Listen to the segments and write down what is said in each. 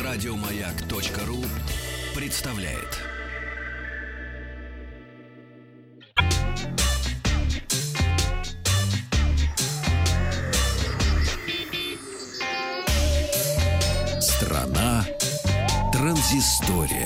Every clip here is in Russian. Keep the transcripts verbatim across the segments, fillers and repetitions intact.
Радиомаяк.ру представляет. Страна транзистория.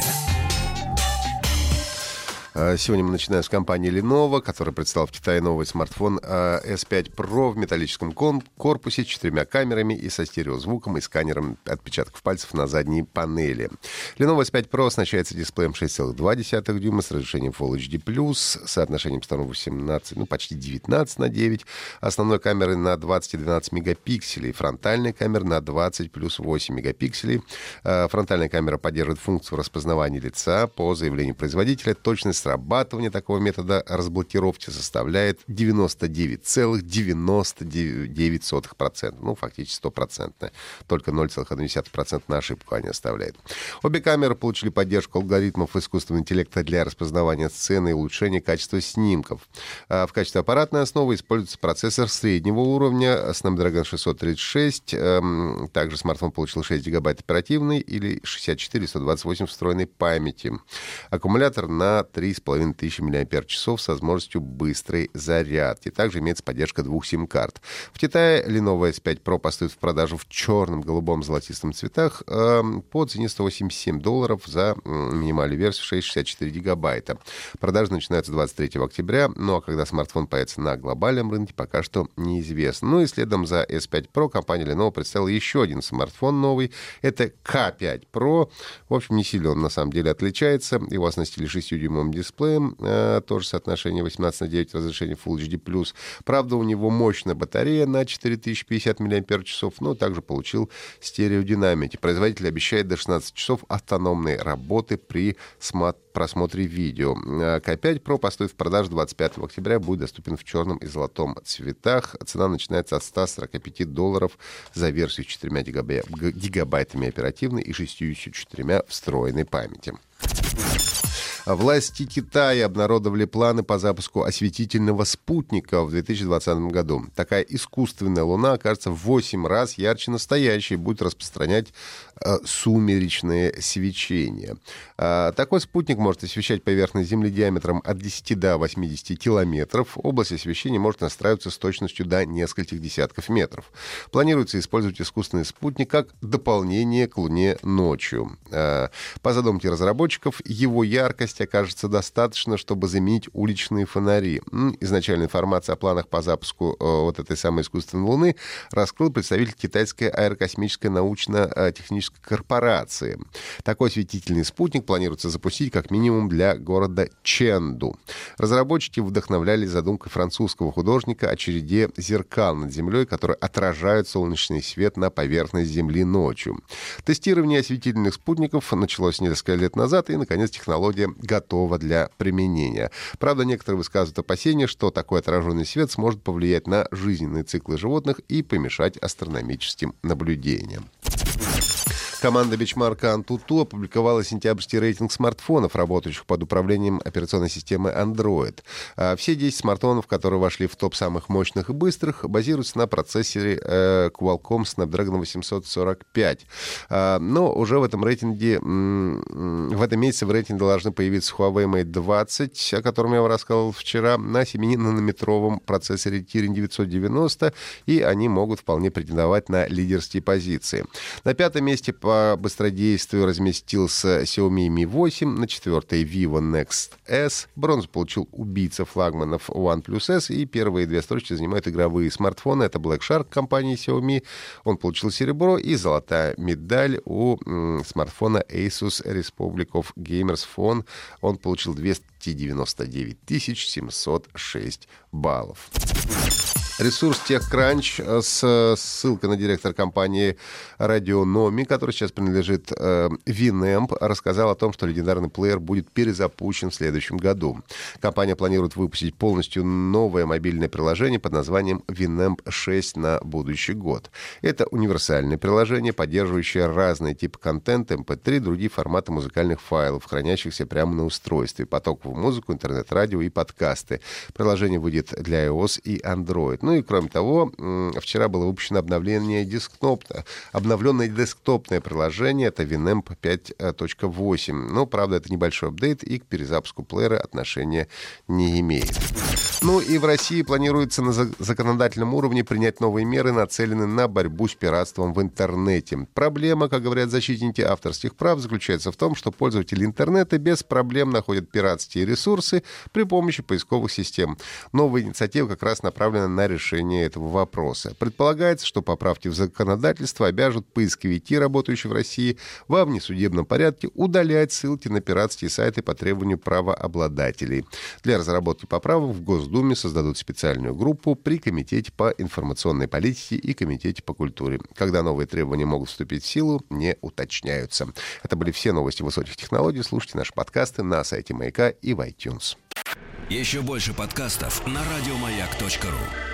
Сегодня мы начинаем с компании Lenovo, которая представила в Китае новый смартфон эс пять про в металлическом корпусе с четырьмя камерами и со стереозвуком и сканером отпечатков пальцев на задней панели. Lenovo эс пять про оснащается дисплеем шесть целых два десятых дюйма с разрешением Full эйч ди плюс, соотношением сторон восемнадцать, ну почти девятнадцать на девять, основной камерой на двадцать и двенадцать мегапикселей, фронтальной камерой на двадцать плюс восемь мегапикселей. Фронтальная камера поддерживает функцию распознавания лица по заявлению производителя. Точность срабатывание такого метода разблокировки составляет девяносто девять целых девяносто девять сотых процента. Ну, фактически стопроцентно. Только ноль целых одна десятая процента на ошибку они оставляют. Обе камеры получили поддержку алгоритмов искусственного интеллекта для распознавания сцены и улучшения качества снимков. А в качестве аппаратной основы используется процессор среднего уровня Snapdragon шестьсот тридцать шесть. Также смартфон получил шесть гигабайт оперативной или шестьдесят четыре сто двадцать восемь встроенной памяти. Аккумулятор на три с половиной тысячи мАч со возможностью быстрой зарядки. Также имеется поддержка двух сим-карт. В Китае Lenovo эс пять про поступит в продажу в черном, голубом, золотистом цветах э, по цене сто восемьдесят семь долларов за минимальную версию шесть целых шестьдесят четыре гигабайта. Продажи начинаются двадцать третьего октября, ну а когда смартфон появится на глобальном рынке, пока что неизвестно. Ну и следом за эс пять про компания Lenovo представила еще один смартфон новый. Это ка пять про. В общем, не сильно он на самом деле отличается. Его оснастили шестидюймовым дисплеем, э, тоже соотношение восемнадцать на девять, разрешение Full эйч ди плюс. Правда, у него мощная батарея на четыре тысячи пятьдесят мАч, но также получил стереодинамики. Производитель обещает до шестнадцати часов автономной работы при смат- просмотре видео. ка пять про поступит в продажу двадцать пятого октября, будет доступен в черном и золотом цветах. Цена начинается от ста сорока пяти долларов за версию с четырьмя гигабайтами оперативной и шестьюдесятью четырьмя встроенной памяти. Власти Китая обнародовали планы по запуску осветительного спутника в две тысячи двадцатом году. Такая искусственная луна окажется в восемь раз ярче настоящей и будет распространять э, сумеречное свечение. Э, такой спутник может освещать поверхность Земли диаметром от десяти до восьмидесяти километров. Область освещения может настраиваться с точностью до нескольких десятков метров. Планируется использовать искусственный спутник как дополнение к Луне ночью. Э, по задумке разработчиков, его яркость окажется достаточно, чтобы заменить уличные фонари. Изначальная информация о планах по запуску э, вот этой самой искусственной Луны раскрыл представитель китайской аэрокосмической научно-технической корпорации. Такой осветительный спутник планируется запустить как минимум для города Чэнду. Разработчики вдохновлялись задумкой французского художника о череде зеркал над Землей, которые отражают солнечный свет на поверхность Земли ночью. Тестирование осветительных спутников началось несколько лет назад, и, наконец, технология готова для применения. Правда, некоторые высказывают опасения, что такой отраженный свет сможет повлиять на жизненные циклы животных и помешать астрономическим наблюдениям. Команда бенчмарка Antutu опубликовала сентябрьский рейтинг смартфонов, работающих под управлением операционной системы Android. Все десять смартфонов, которые вошли в топ самых мощных и быстрых, базируются на процессоре Qualcomm Snapdragon восемьсот сорок пять. Но уже в этом рейтинге, в этом месяце в рейтинге должны появиться Huawei Mate двадцать, о котором я вам рассказывал вчера, на семинанометровом процессоре Kirin девятьсот девяносто, и они могут вполне претендовать на лидерские позиции. На пятом месте по По быстродействию разместился Xiaomi Mi восемь, на четвертой Vivo Nex S. Бронзу получил убийца флагманов OnePlus S, и первые две строчки занимают игровые смартфоны. Это Black Shark компании Xiaomi. Он получил серебро, и золотая медаль у м, смартфона Asus Republic of Gamers Phone. Он получил двести девяносто девять тысяч семьсот шесть баллов. Ресурс TechCrunch с ссылкой на директора компании Radionomy, который сейчас принадлежит э, Winamp, рассказал о том, что легендарный плеер будет перезапущен в следующем году. Компания планирует выпустить полностью новое мобильное приложение под названием Winamp шесть на будущий год. Это универсальное приложение, поддерживающее разные типы контента, эм пэ три, другие форматы музыкальных файлов, хранящихся прямо на устройстве, потоковую музыку, интернет-радио и подкасты. Приложение выйдет для iOS и Android. Ну и, кроме того, вчера было выпущено обновление десктопа, обновленное десктопное приложение, это Winamp пять точка восемь. Но, правда, это небольшой апдейт и к перезапуску плеера отношения не имеет. Ну и в России планируется на законодательном уровне принять новые меры, нацеленные на борьбу с пиратством в интернете. Проблема, как говорят защитники авторских прав, заключается в том, что пользователи интернета без проблем находят пиратские ресурсы при помощи поисковых систем. Новая инициатива как раз направлена на решение этого вопроса. Предполагается, что поправки в законодательство обяжут поисковики, работающие в России, во внесудебном порядке удалять ссылки на пиратские сайты по требованию правообладателей. Для разработки поправок в Госдуме создадут специальную группу при Комитете по информационной политике и Комитете по культуре. Когда новые требования могут вступить в силу, не уточняются. Это были все новости высоких технологий. Слушайте наши подкасты на сайте Маяка и в iTunes. Еще больше подкастов на радиомаяк точка ру.